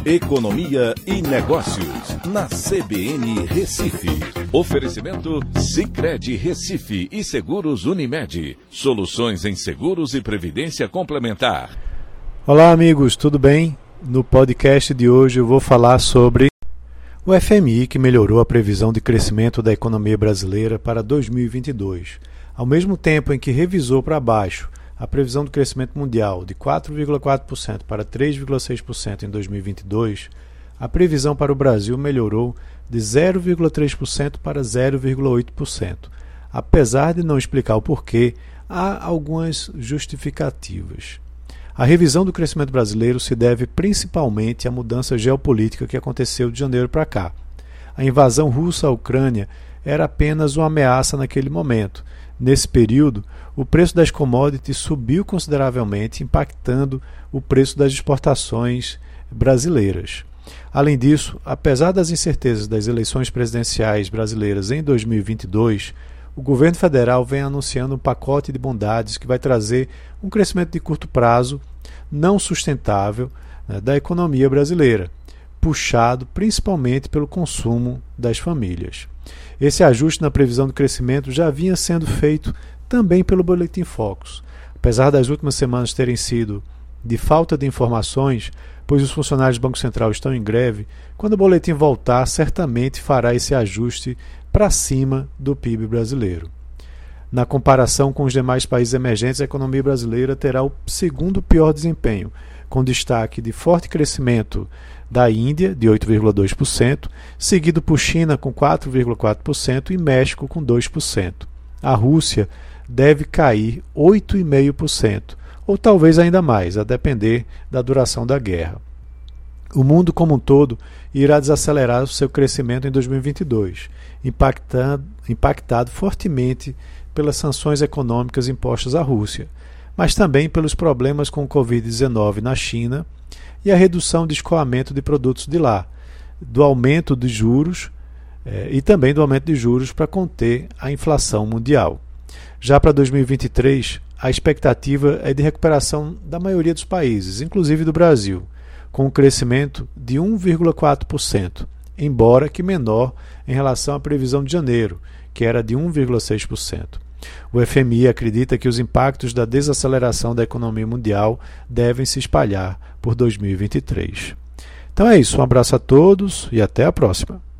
Economia e Negócios, na CBN Recife. Oferecimento Sicredi Recife e Seguros Unimed. Soluções em seguros e previdência complementar. Olá amigos, tudo bem? No podcast de hoje eu vou falar sobre o FMI, que melhorou a previsão de crescimento da economia brasileira para 2022. Ao mesmo tempo em que revisou para baixo a previsão do crescimento mundial de 4,4% para 3,6% em 2022, a previsão para o Brasil melhorou de 0,3% para 0,8%. Apesar de não explicar o porquê, há algumas justificativas. A revisão do crescimento brasileiro se deve principalmente à mudança geopolítica que aconteceu de janeiro para cá. A invasão russa à Ucrânia era apenas uma ameaça naquele momento. Nesse período, o preço das commodities subiu consideravelmente, impactando o preço das exportações brasileiras. Além disso, apesar das incertezas das eleições presidenciais brasileiras em 2022, o governo federal vem anunciando um pacote de bondades que vai trazer um crescimento de curto prazo não sustentável, da economia brasileira, puxado principalmente pelo consumo das famílias. Esse ajuste na previsão do crescimento já vinha sendo feito também pelo Boletim Focus. Apesar das últimas semanas terem sido de falta de informações, pois os funcionários do Banco Central estão em greve, quando o boletim voltar, certamente fará esse ajuste para cima do PIB brasileiro. Na comparação com os demais países emergentes, a economia brasileira terá o segundo pior desempenho, com destaque de forte crescimento da Índia, de 8,2%, seguido por China, com 4,4%, e México, com 2%. A Rússia deve cair 8,5%, ou talvez ainda mais, a depender da duração da guerra. O mundo como um todo irá desacelerar o seu crescimento em 2022, impactado fortemente pelas sanções econômicas impostas à Rússia, mas também pelos problemas com o Covid-19 na China e a redução de escoamento de produtos de lá, do aumento de juros e também do aumento de juros para conter a inflação mundial. Já para 2023, a expectativa é de recuperação da maioria dos países, inclusive do Brasil, com um crescimento de 1,4%, embora que menor em relação à previsão de janeiro, que era de 1,6%. O FMI acredita que os impactos da desaceleração da economia mundial devem se espalhar por 2023. Então é isso, um abraço a todos e até a próxima.